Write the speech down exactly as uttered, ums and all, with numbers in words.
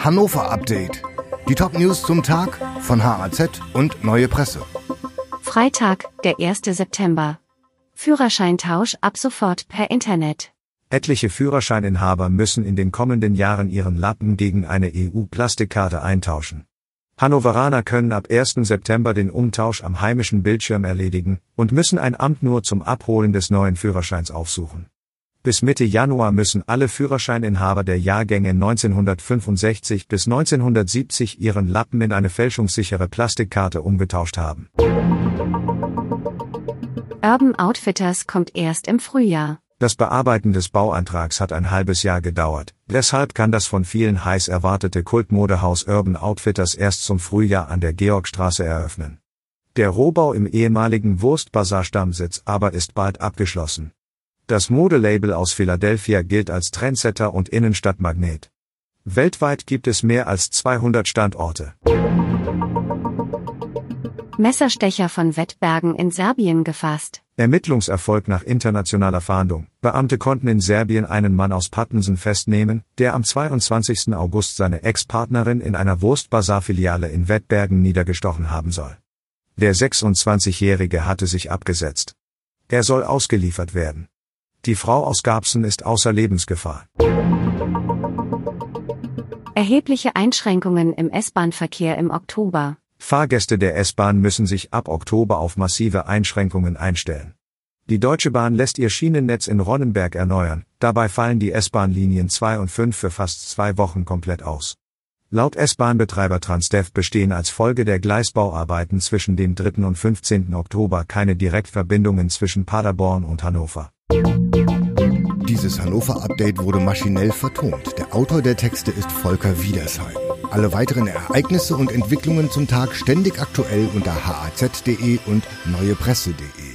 Hannover Update. Die Top-News zum Tag von H A Z und Neue Presse. Freitag, der erste September. Führerscheintausch ab sofort per Internet. Etliche Führerscheininhaber müssen in den kommenden Jahren ihren Lappen gegen eine E U-Plastikkarte eintauschen. Hannoveraner können ab ersten September den Umtausch am heimischen Bildschirm erledigen und müssen ein Amt nur zum Abholen des neuen Führerscheins aufsuchen. Bis Mitte Januar müssen alle Führerscheininhaber der Jahrgänge neunzehnhundertfünfundsechzig bis neunzehnhundertsiebzig ihren Lappen in eine fälschungssichere Plastikkarte umgetauscht haben. Urban Outfitters kommt erst im Frühjahr. Das Bearbeiten des Bauantrags hat ein halbes Jahr gedauert, deshalb kann das von vielen heiß erwartete Kultmodehaus Urban Outfitters erst zum Frühjahr an der Georgstraße eröffnen. Der Rohbau im ehemaligen Wurstbazar-Stammsitz aber ist bald abgeschlossen. Das Modelabel aus Philadelphia gilt als Trendsetter und Innenstadtmagnet. Weltweit gibt es mehr als zweihundert Standorte. Messerstecher von Wettbergen in Serbien gefasst. Ermittlungserfolg nach internationaler Fahndung. Beamte konnten in Serbien einen Mann aus Pattensen festnehmen, der am zweiundzwanzigsten August seine Ex-Partnerin in einer Wurstbazar-Filiale in Wettbergen niedergestochen haben soll. Der sechsundzwanzigjährige hatte sich abgesetzt. Er soll ausgeliefert werden. Die Frau aus Garbsen ist außer Lebensgefahr. Erhebliche Einschränkungen im S-Bahn-Verkehr im Oktober. Fahrgäste der S-Bahn müssen sich ab Oktober auf massive Einschränkungen einstellen. Die Deutsche Bahn lässt ihr Schienennetz in Ronnenberg erneuern, dabei fallen die S-Bahn-Linien zwei und fünf für fast zwei Wochen komplett aus. Laut S-Bahn-Betreiber Transdev bestehen als Folge der Gleisbauarbeiten zwischen dem dritten und fünfzehnten Oktober keine Direktverbindungen zwischen Paderborn und Hannover. Dieses Hannover-Update wurde maschinell vertont. Der Autor der Texte ist Volker Wiedersheim. Alle weiteren Ereignisse und Entwicklungen zum Tag ständig aktuell unter h a z punkt d e und neue presse punkt d e.